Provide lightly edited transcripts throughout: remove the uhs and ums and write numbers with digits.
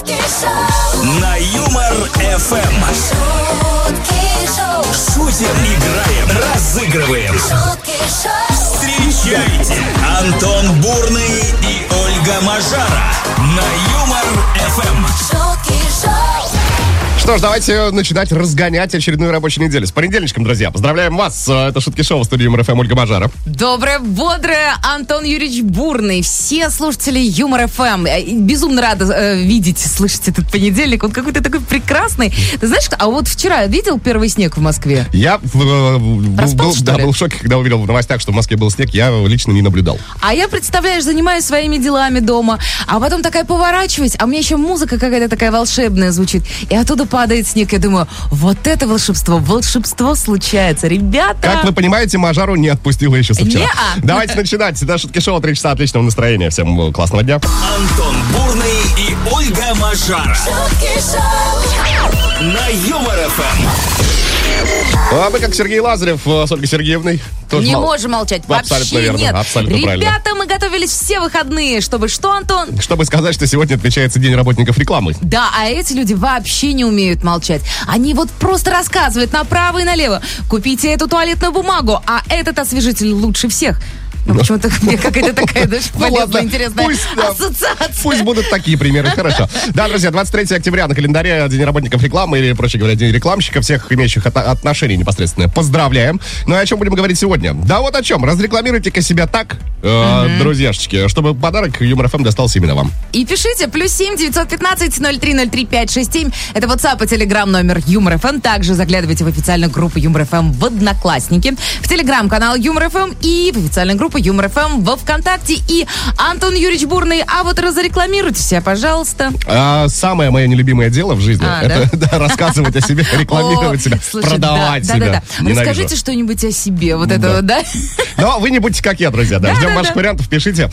На Юмор ФМ. Шутим, играем, разыгрываем. Встречайте Антон Бурный и Ольга Мажара на Юмор ФМ. Что ж, давайте начинать разгонять очередную рабочую неделю. С понедельничком, друзья. Поздравляем вас. Это шутки-шоу в студии Юмор ФМ, Ольга Мажара. Доброе, бодрое, Антон Юрьевич Бурный. Все слушатели Юмор ФМ. Безумно рада видеть, слышать этот понедельник. Он какой-то такой прекрасный. Ты знаешь, а вот вчера видел первый снег в Москве? Я был в шоке, когда увидел в новостях, что в Москве был снег. Я лично не наблюдал. А я, представляешь, занимаюсь своими делами дома. А потом такая поворачиваюсь, а у меня еще музыка какая-то такая волшебная звучит. И оттуда падает снег. Я думаю, вот это волшебство. Волшебство случается, ребята. Как вы понимаете, Мажару не отпустила еще со вчера. Не-а. Давайте начинать. Это шутки-шоу, 3 часа отличного настроения. Всем классного дня. Антон Бурный и Ольга Мажара на Юмор ФМ. А мы, как Сергей Лазарев с Ольгой Сергеевной, тоже Не можем молчать. Абсолютно Вообще верно, нет. абсолютно Ребята, правильно. мы готовились все выходные, чтобы что, Антон? Чтобы сказать, что сегодня отмечается День работников рекламы. Да, а эти люди вообще не умеют молчать. Они вот просто рассказывают направо и налево. Купите эту туалетную бумагу, а этот освежитель лучше всех. Ну, почему-то мне какая-то такая даже полезная, интересная ассоциация. Пусть будут такие примеры, хорошо. Да, друзья, 23 октября на календаре День работников рекламы, или, проще говоря, День рекламщика, всех имеющих отношения непосредственно. Поздравляем. Ну и о чем будем говорить сегодня? Да вот о чем. Разрекламируйте-ка себя так, друзьяшечки, чтобы подарок Юмор ФМ достался именно вам. И пишите +7 915 0303 567. Это WhatsApp и Telegram номер Юмор ФМ. Также заглядывайте в официальную группу Юмор ФМ в Одноклассники, в Telegram-канал Юмор ФМ и в официальную группу Юмор ФМ во ВКонтакте. И Антон Юрьевич Бурный, а вот разрекламируйте себя, пожалуйста. Самое мое нелюбимое дело в жизни это рассказывать о себе, рекламировать себя, продавать себя. Расскажите что-нибудь о себе, вот этого, да? Но вы не будьте как я, друзья. Ждем ваших вариантов, пишите.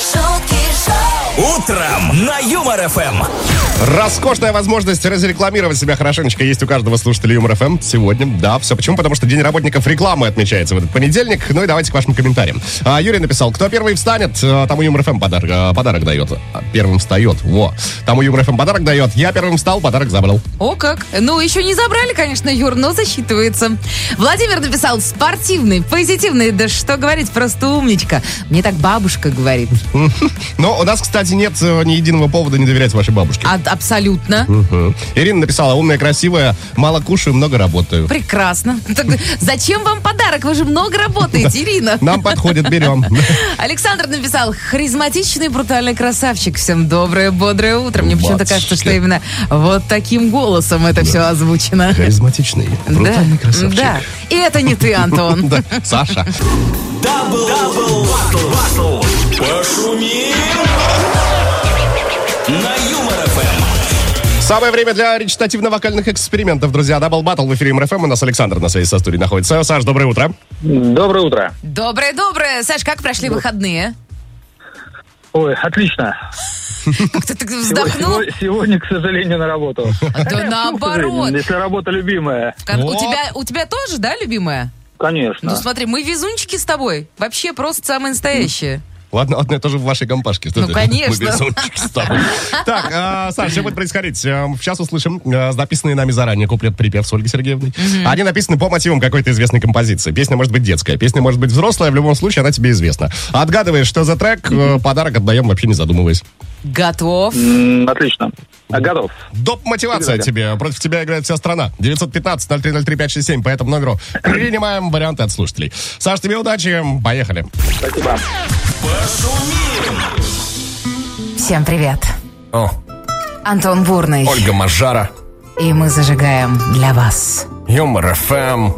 Утром на Юмор ФМ. Роскошная возможность разрекламировать себя хорошенечко есть у каждого слушателя Юмор ФМ сегодня. Да, все почему? Потому что День работников рекламы отмечается в этот понедельник. Ну и давайте к вашим комментариям. Юрий написал, кто первый встанет, тому Юмор ФМ подарок дает. Первым встает. Тому Юмор ФМ подарок дает. Я первым встал, подарок забрал. О, как? Ну, еще не забрали, конечно, Юр, но засчитывается. Владимир написал, спортивный, позитивный. Да что говорить, просто умничка. Мне так бабушка говорит. Но у нас, кстати, нет ни единого повода не доверять вашей бабушке. Абсолютно. Ирина написала, умная, красивая, мало кушаю, много работаю. Прекрасно. Зачем вам подарок? Вы же много работаете, Ирина. Нам подходит, берем. Александр написал, харизматичный, брутальный красавчик. Всем доброе, бодрое утро. Мне почему-то кажется, что именно вот таким голосом это все озвучено. Харизматичный, брутальный красавчик. Да, и это не ты, Антон. Саша. Дабл батл. Пошумим на Юмор ФМ. Самое время для речитативно-вокальных экспериментов, друзья. Дабл баттл в эфире Юмор ФМ. У нас Александр на связи со студией находится. Саш, доброе утро. Доброе утро. Доброе. Саш, как прошли выходные? Ой, отлично. Как-то ты вздохнул? Сегодня, к сожалению, на работу. Да наоборот. Если работа любимая. У тебя тоже, да, любимая? Конечно. Ну смотри, мы везунчики с тобой. Вообще просто самые настоящие. Ладно, я тоже в вашей компашке. Ну, конечно. Мы безумчики с тобой. Так, Саш, что будет происходить? Сейчас услышим записанные нами заранее куплет-припев с Ольгой Сергеевной. Они написаны по мотивам какой-то известной композиции. Песня может быть детская, песня может быть взрослая, в любом случае она тебе известна. Отгадываешь, что за трек, подарок отдаем, вообще не задумываясь. Готов? Отлично. Готов. Доп. Мотивация тебе. Против тебя играет вся страна. 915-0303-567. По этому номеру принимаем варианты от слушателей. Саш, тебе удачи. Поехали. Спасибо. Пошумим. Всем привет. О, Антон Бурный. Ольга Мажара. И мы зажигаем для вас Юмор ФМ.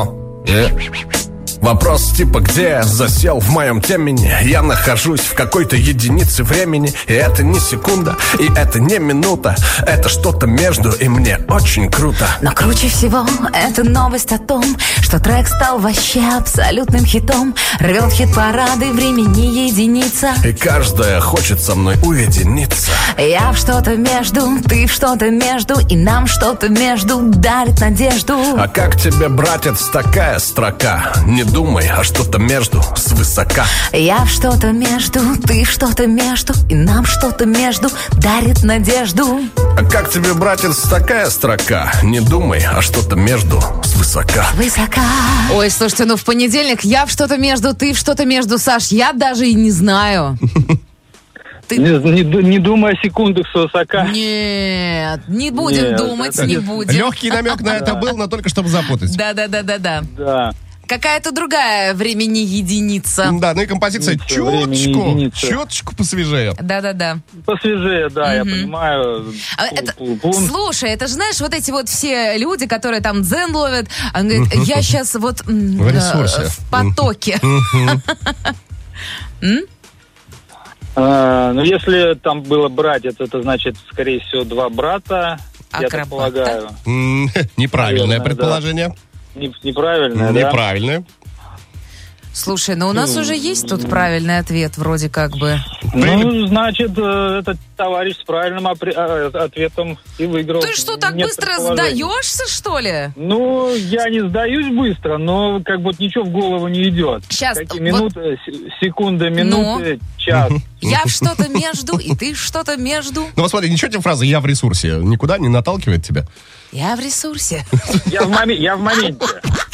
Вопрос типа где засел в моем темени. Я нахожусь в какой-то единице времени. И это не секунда, и это не минута. Это что-то между, и мне очень круто. Но круче всего это новость о том, что трек стал вообще абсолютным хитом. Рвет хит-парады, времени единица. И каждая хочет со мной уединиться. Я в что-то между, ты в что-то между, и нам что-то между дарит надежду. А как тебе, братец, такая строка? Не думай, а что-то между, свысока. Я в что-то между, ты в что-то между, и нам что-то между дарит надежду. А как тебе, братец, такая строка? Не думай, а что-то между свысока. Высока. Ой, слушайте, ну в понедельник я в что-то между, ты в что-то между, Саш, я даже и не знаю. Не думая о секундах с высока. Нет, не будем Нет, думать, это не не- будем. Легкий намек на это был, но только чтобы запутать. Да. Да. Какая-то другая времени единица. Да, ну и композиция Ничего, времени единица. чуточку посвежее. Да. Посвежее, да, я понимаю. А это- Пум-пум-пум. Слушай, это же, знаешь, вот эти вот все люди, которые там дзен ловят, он говорит, я сейчас вот В ресурсе. в потоке. Ну, если там было братья, то это значит, скорее всего, два брата, я так Акробата. полагаю. Неправильное Наверное, предположение. Неправильно, да? Неправильное. Слушай, ну у нас уже есть тут правильный ответ, вроде как бы. Ну, значит, этот товарищ с правильным ответом и выиграл. Ты что, так Нет быстро предположений. сдаешься, что ли? Ну, я не сдаюсь быстро, но как бы ничего в голову не идет. Щас, Какие вот- минуты, секунды, минуты, час. Я в что-то между, и ты в что-то между. Ну вот смотри, ничего тебе фраза «я в ресурсе» никуда не наталкивает тебя? Я в ресурсе. Я в моменте.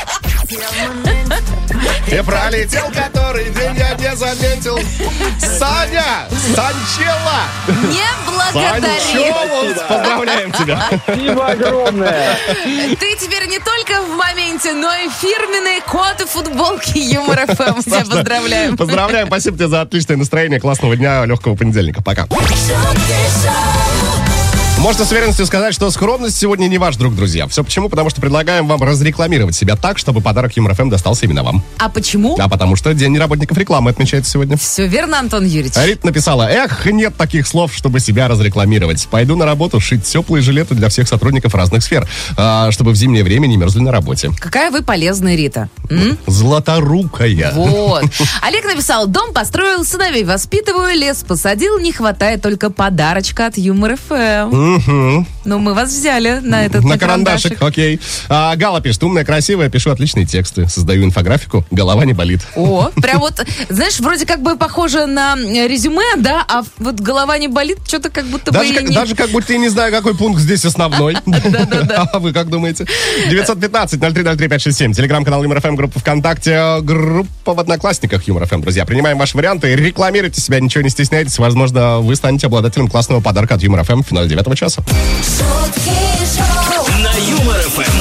И пролетел который день, я не заметил. Саня! Санчела! Не благодари. Санчелос! Поздравляем тебя! Спасибо огромное. Ты теперь не только в моменте, но и фирменные коты футболки Юмор ФМ. Тебя поздравляем. Поздравляем, спасибо тебе за отличное настроение, классного дня, легкого понедельника. Пока. Можно с уверенностью сказать, что скромность сегодня не ваш друг, друзья. Все почему? Потому что предлагаем вам разрекламировать себя так, чтобы подарок Юмор ФМ достался именно вам. А почему? А потому что День работников рекламы отмечается сегодня. Все верно, Антон Юрьевич. Рит написала: эх, нет таких слов, чтобы себя разрекламировать. Пойду на работу шить теплые жилеты для всех сотрудников разных сфер, чтобы в зимнее время не мерзли на работе. Какая вы полезная, Рита. М? Златорукая. Вот. Олег написал: дом построил, сыновей воспитываю, лес посадил, не хватает только подарочка от Юмор ФМ. Ну, мы вас взяли на этот На карандашик, окей. Гала пишет: умная, красивая, пишу отличные тексты, создаю инфографику, голова не болит. О, прям вот, знаешь, вроде как бы похоже на резюме, да, а вот голова не болит, что-то как будто бы и не... Даже как будто я не знаю, какой пункт здесь основной. Да-да-да. А вы как думаете? 915-0303-567, телеграм-канал Юмор ФМ, группа ВКонтакте, группа в Одноклассниках Юмор ФМ, друзья. Принимаем ваши варианты, рекламируйте себя, ничего не стесняйтесь. Возможно, вы станете обладателем классного подарка от Юмор ФМ в финале 9 часа. На Юмор ФМ.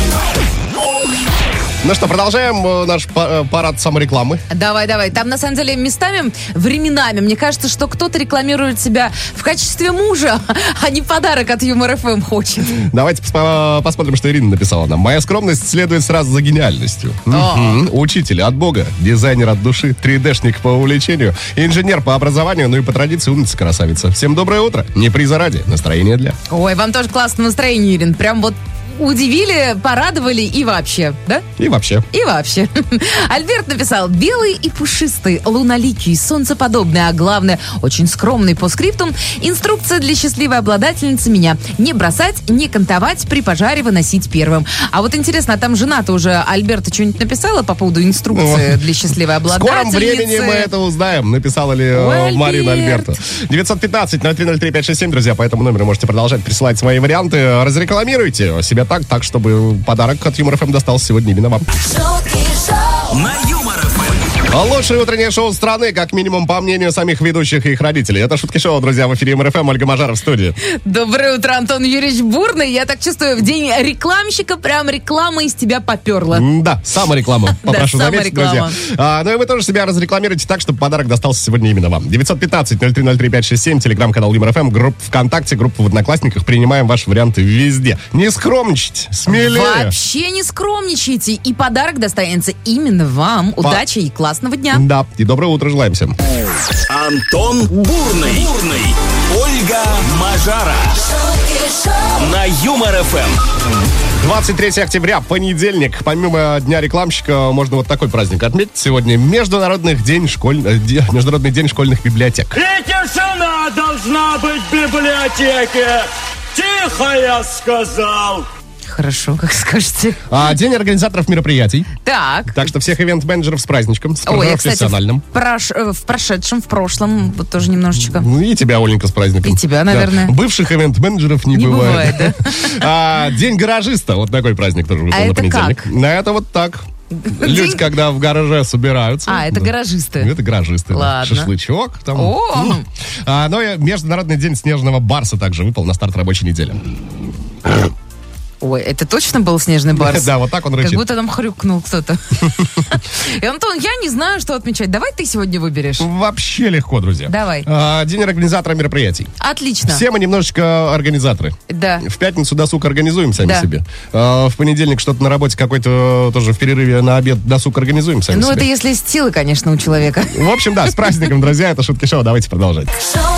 Ну что, продолжаем наш парад саморекламы. Давай. Там, на самом деле, местами, временами, мне кажется, что кто-то рекламирует себя в качестве мужа, а не подарок от Юмор ФМ хочет. Давайте посмотрим, что Ирина написала нам. Моя скромность следует сразу за гениальностью. Учитель от Бога, дизайнер от души, 3D-шник по увлечению, инженер по образованию, ну и по традиции умница-красавица. Всем доброе утро. Не приза ради, настроение для. Ой, вам тоже классное настроение, Ирин. Прям вот удивили, порадовали и вообще, да? И вообще. И вообще. Альберт написал: белый и пушистый, луноликий, солнцеподобный, а главное, очень скромный по скриптум. Инструкция для счастливой обладательницы меня: не бросать, не кантовать, при пожаре выносить первым. А вот интересно, а там жена-то уже Альберта что-нибудь написала по поводу инструкции для счастливой В обладательницы? скором времени мы это узнаем, написала ли Ой, Марина Альберт. Альберту. 915-0303-567, друзья, по этому номеру можете продолжать присылать свои варианты. Разрекламируйте себя так, чтобы подарок от Юмор ФМ достался сегодня именно вам. На Юмор ФМ. Лучшее утреннее шоу страны, как минимум, по мнению самих ведущих и их родителей. Это Шутки Шоу, друзья, в эфире Юмор ФМ, Ольга Мажара в студии. Доброе утро, Антон Юрьевич Бурный. Я так чувствую, в день рекламщика прям реклама из тебя поперла. Да, самореклама, попрошу Да, заметить, самореклама. друзья. Ну и вы тоже себя разрекламируйте так, чтобы подарок достался сегодня именно вам. 915-0303-567, телеграм-канал Юмор ФМ, группа ВКонтакте, группа в Одноклассниках. Принимаем ваши варианты везде. Не скромничайте, смелее. Вообще не скромничайте, и подарок достанется именно вам. Удачи и классного дня. Да, и доброе утро желаем всем. Антон Бурный. Ольга Мажара. На Юмор ФМ. 23 октября, понедельник. Помимо Дня рекламщика, можно вот такой праздник отметить сегодня. Международный день школьных библиотек. И тишина должна быть в библиотеке. Тихо, я сказал. Хорошо, как скажете. День организаторов мероприятий. Так. Так что всех ивент-менеджеров с праздничком, с Ой, я, кстати, профессиональным. в прошедшем, в прошлом, вот тоже немножечко. Ну и тебя, Оленька, с праздником. И тебя, наверное. Да. Бывших ивент-менеджеров не бывает. Да? День гаражиста. Вот такой праздник тоже выпал на это понедельник. как? Это вот так. Люди, когда в гараже собираются. Это гаражисты. Это гаражисты. Ладно. Шашлычок. Там. О! Но и Международный день снежного барса также выпал на старт рабочей недели. Ой, это точно был снежный барс? Да, вот так он рычит. Как будто там хрюкнул кто-то. И, Антон, я не знаю, что отмечать. Давай ты сегодня выберешь. Вообще легко, друзья. Давай. День организатора мероприятий. Отлично. Все мы немножечко организаторы. Да. В пятницу досуг организуем сами Да. себе. В понедельник что-то на работе какой-то тоже в перерыве на обед досуг организуем сами Ну, себе. это если есть силы, конечно, у человека. В общем, да, с праздником, друзья. Это Шутки Шоу. Давайте продолжать.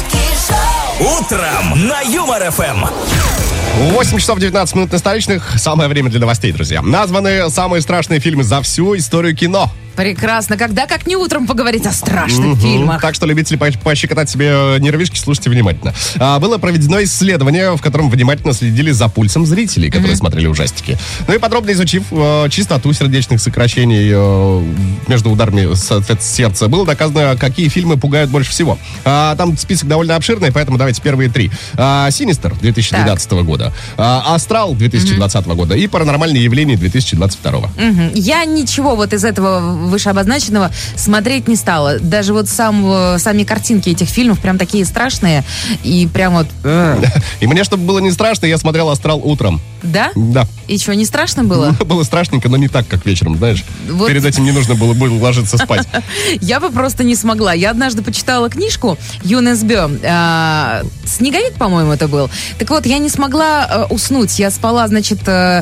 Утром на Юмор ФМ. 8 часов 19 минут на столичных. Самое время для новостей, друзья. Названы самые страшные фильмы за всю историю кино. Прекрасно. Когда, как не утром, поговорить о страшных фильмах. Так что, любители пощекотать себе нервишки, слушайте внимательно. Было проведено исследование, в котором внимательно следили за пульсом зрителей, которые смотрели ужастики. Ну и подробно изучив частоту сердечных сокращений между ударами сердца, было доказано, какие фильмы пугают больше всего. Там список довольно обширный, поэтому давайте первые три. «Синистер» 2012 года, «Астрал» 2020 года и «Паранормальные явления» 2022. Я ничего вот из этого вышеобозначенного смотреть не стала. Даже вот сами картинки этих фильмов прям такие страшные. И прям вот... И мне, чтобы было не страшно, я смотрел «Астрал» утром. Да? Да. И что, не страшно было? Было страшненько, но не так, как вечером, знаешь. Вот. Перед этим не нужно было ложиться спать. Я бы просто не смогла. Я однажды почитала книжку Юнес Бё. «Снеговик», по-моему, это был. Так вот, я не смогла уснуть. Я спала, значит,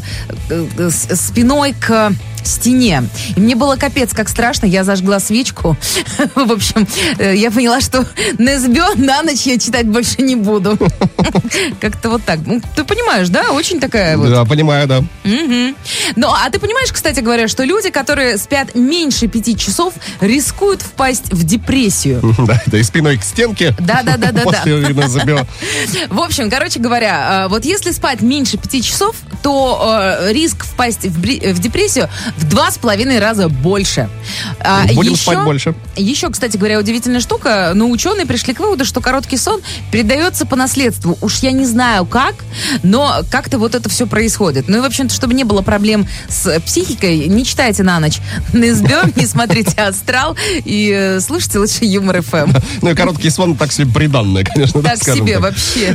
спиной к стене. И мне было капец как страшно. Я зажгла свечку. В общем, я поняла, что Несбё на ночь я читать больше не буду. Как-то вот так. Ну, ты понимаешь, да? Очень такая вот... Да, понимаю, да. Ну, а ты понимаешь, кстати говоря, что люди, которые спят меньше 5 часов, рискуют впасть в депрессию. Да, и спиной к стенке. Да. После Несбё. В общем, короче говоря, вот если спать меньше 5 часов, то риск впасть в депрессию в 2,5 раза больше. Будем спать больше. Еще, кстати говоря, удивительная штука, но ученые пришли к выводу, что короткий сон передается по наследству. Уж я не знаю как, но как-то вот это все происходит. Ну и, в общем-то, чтобы не было проблем с психикой, не читайте на ночь Несбё, не смотрите «Астрал» и слушайте лучше Юмор ФМ. Ну и короткий сон так себе приданное, конечно. Так себе вообще.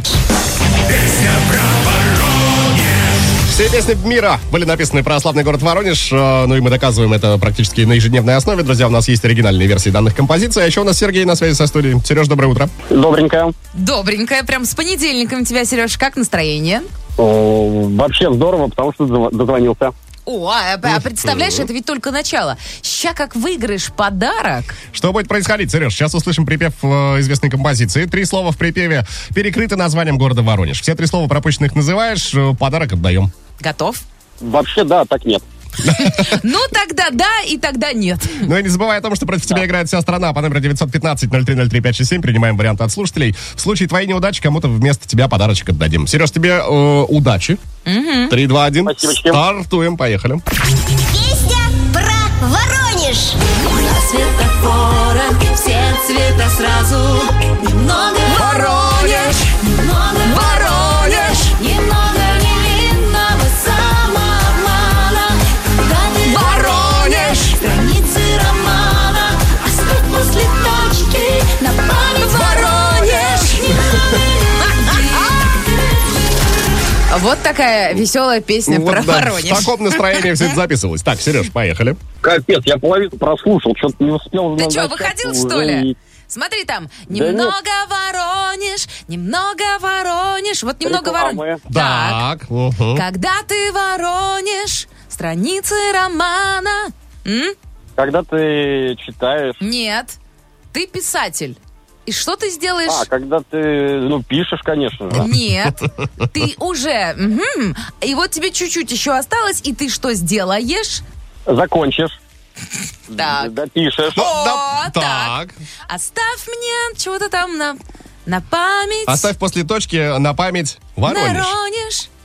Все песни мира были написаны про славный город Воронеж. Ну и мы доказываем это практически на ежедневной основе. Друзья, у нас есть оригинальные версии данных композиций. А еще у нас Сергей на связи со студией. Сереж, доброе утро. Добренько. Добренькая, прям с понедельником тебя, Сереж. Как настроение? Вообще здорово, потому что дозвонился. О, а представляешь, это ведь только начало. Ща как выиграешь подарок. Что будет происходить, Сереж? Сейчас услышим припев известной композиции. 3 слова в припеве перекрыты названием города Воронеж. Все 3 слова пропущенных называешь, подарок отдаем. Готов? Вообще да, так нет. Ну, тогда да, и тогда нет. Ну и не забывай о том, что против тебя играет вся страна. По номеру 915-0303-567 принимаем варианты от слушателей. В случае твоей неудачи кому-то вместо тебя подарочек отдадим. Сереж, тебе удачи. 3, 2, 1. Спасибочки. Стартуем, поехали. Песня про Воронеж. На светофорах все цвета сразу. Немного Воронеж! немного Воронеж! немного невинного самообмана. Воронеж! Страницы романа оставь после точки на память. Воронеж! Вот такая веселая песня Вот, про да, Воронеж. в таком настроении все это записывалось. Так, Сереж, поехали. Капец, я половину прослушал, что-то не успел. Ты начать, что, выходил, уже что ли? и- Смотри там. нет. Немного Воронеж, немного Воронеж. Вот немного Рекламы. Воронеж. Так. Угу. Когда ты Воронеж, страницы романа. Когда ты читаешь... Нет. Ты писатель. И что ты сделаешь? когда ты, пишешь, конечно же. Нет. Ты уже. И вот тебе чуть-чуть еще осталось, и ты что сделаешь? Закончишь. Так. Допишешь. О, так. так. Оставь мне чего-то там на память. Оставь после точки на память Воронеж. Воронеж.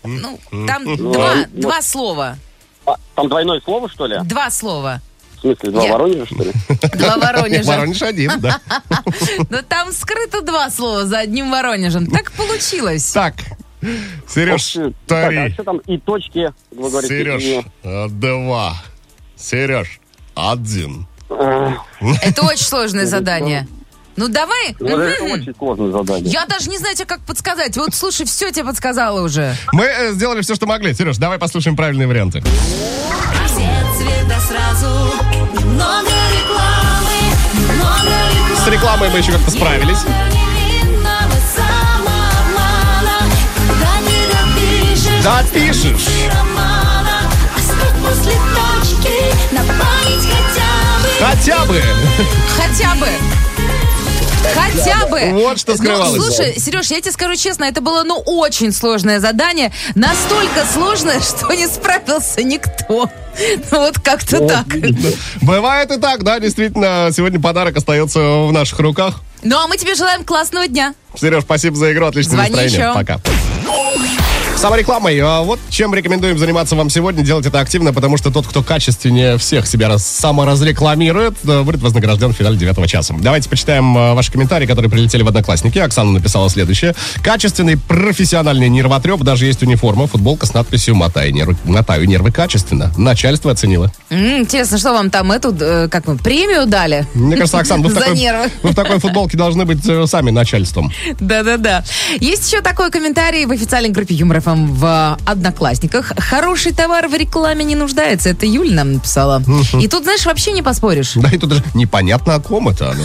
Ну, там Ну, два слова. Там двойное слово, что ли? 2 слова. В смысле, два Воронежа, что ли? 2 Воронежа. Воронеж один, да. Но там скрыто 2 слова за одним Воронежем. Так получилось. Так, Сереж, Так, а 3. что там и точки, вы говорите? Сереж, 2. Сереж, 1. Это очень сложное задание. Ну, давай. Вот это очень сложное задание. Я даже не знаю тебе, как подсказать. Вот, слушай, все тебе подсказала уже. Мы сделали все, что могли. Сереж, давай послушаем правильные варианты. Все цвета сразу, немного рекламы, немного рекламы. С рекламой мы еще как-то справились. Невинного самообмана, когда не допишешь, Допишешь. романа, оставь после точки, напомнить хотя бы. Хотя бы. Хотя бы. Вот что скрывалось. Ну, слушай, Сереж, я тебе скажу честно, это было, очень сложное задание. Настолько сложное, что не справился никто. Ну, вот как-то так. Бывает и так, да, действительно. Сегодня подарок остается в наших руках. Ну, а мы тебе желаем классного дня. Сереж, спасибо за игру, отличное Звони настроение. еще. Пока. Саморекламой. Вот чем рекомендуем заниматься вам сегодня. Делать это активно, потому что тот, кто качественнее всех себя саморазрекламирует, будет вознагражден в финале 9 часа. Давайте почитаем ваши комментарии, которые прилетели в Одноклассники. Оксана написала следующее. Качественный профессиональный нервотреп. Даже есть униформа, футболка с надписью «Мотаю нервы качественно». Начальство оценило. Интересно, что вам там премию дали? Мне кажется, Оксана, За нервы. вы в такой футболке должны быть сами начальством. Да-да-да. Есть еще такой комментарий в официальной группе Юмор ФМ в Одноклассниках. Хороший товар в рекламе не нуждается. Это Юля нам написала. И тут, знаешь, вообще не поспоришь. Да, и тут даже непонятно, о ком это.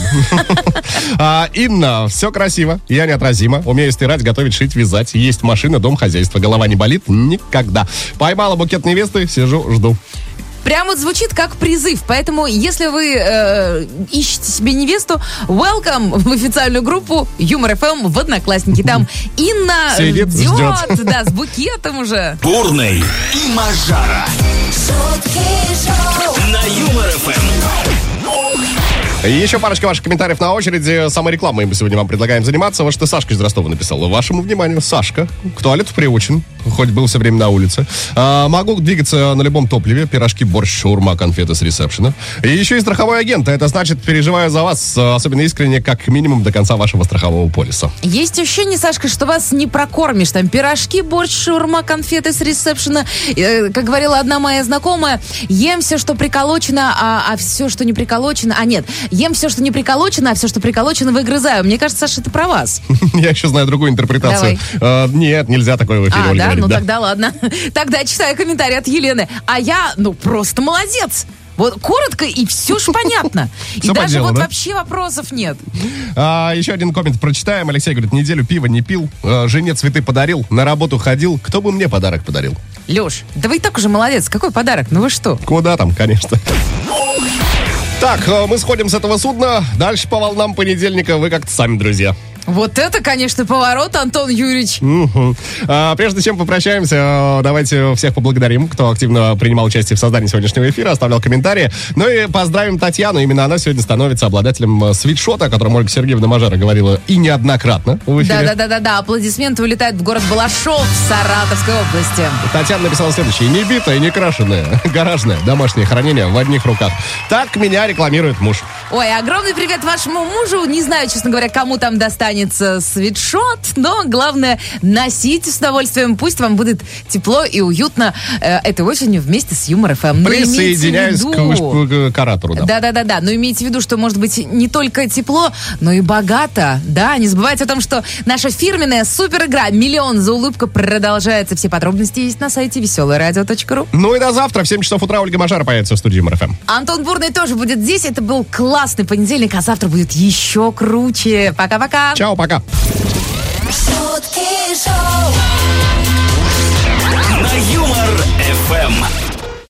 Инна, все красиво, я неотразима. Умею стирать, готовить, шить, вязать. Есть машина, дом, хозяйство. Голова не болит никогда. Поймала букет невесты, сижу, жду. Прям вот звучит как призыв. Поэтому, если вы ищете себе невесту, welcome в официальную группу Юмор ФМ в Одноклассники. Там Инна Сидит, ждет. да, с букетом уже. Бурный и Мажара на Юмор ФМ. Еще парочка ваших комментариев на очереди. Саморекламой мы сегодня вам предлагаем заниматься. Вот что Сашка из Ростова написала. Вашему вниманию, Сашка к туалету приучен, хоть был все время на улице. Могу двигаться на любом топливе. Пирожки, борщ, шаурма, конфеты с ресепшена. И еще и страховой агент. Это значит, переживаю за вас особенно искренне, как минимум до конца вашего страхового полиса. Есть ощущение, Сашка, что вас не прокормишь. Там пирожки, борщ, шаурма, конфеты с ресепшена. Как говорила одна моя знакомая, ем все, что приколочено, а все, что не приколочено... нет, ем все, что не приколочено, а все, что приколочено, выгрызаю. Мне кажется, Саша, это про вас. Я еще знаю другую интерпретацию. Нет, нельзя такое в эфире, Оль, да? говорит, Ну да. тогда ладно. Тогда читаю комментарий от Елены. А я, просто молодец. Вот коротко, и все ж понятно. И Всё по даже делу, вот да? вообще вопросов нет. Еще один коммент прочитаем. Алексей говорит, неделю пива не пил, жене цветы подарил, на работу ходил. Кто бы мне подарок подарил? Леш, да вы и так уже молодец. Какой подарок? Ну вы что? Куда там, конечно. Так, мы сходим с этого судна. Дальше по волнам понедельника. Вы как-то сами, друзья. Вот это, конечно, поворот, Антон Юрьевич. Прежде чем попрощаемся, давайте всех поблагодарим, кто активно принимал участие в создании сегодняшнего эфира, оставлял комментарии. Ну и поздравим Татьяну. Именно она сегодня становится обладателем свитшота, о котором Ольга Сергеевна Мажара говорила и неоднократно в эфире. Да. Аплодисменты улетают в город Балашов в Саратовской области. Татьяна написала следующее. Не битое, не крашеное, гаражное, домашнее хранение в одних руках. Так меня рекламирует муж. Ой, огромный привет вашему мужу. Не знаю, честно говоря, кому там достанется свитшот, но главное носите с удовольствием. Пусть вам будет тепло и уютно этой осенью вместе с Юмор ФМ. Присоединяюсь к оратору. Да. Но имейте в виду, что может быть не только тепло, но и богато. Да, не забывайте о том, что наша фирменная супер игра «Миллион за улыбку» продолжается. Все подробности есть на сайте веселорадио.ру. Ну и до завтра в 7 часов утра Ольга Мажара появится в студии Юмор ФМ. Антон Бурный тоже будет здесь. Это был классный понедельник, а завтра будет еще круче. Пока-пока. Чао, пока. Шутки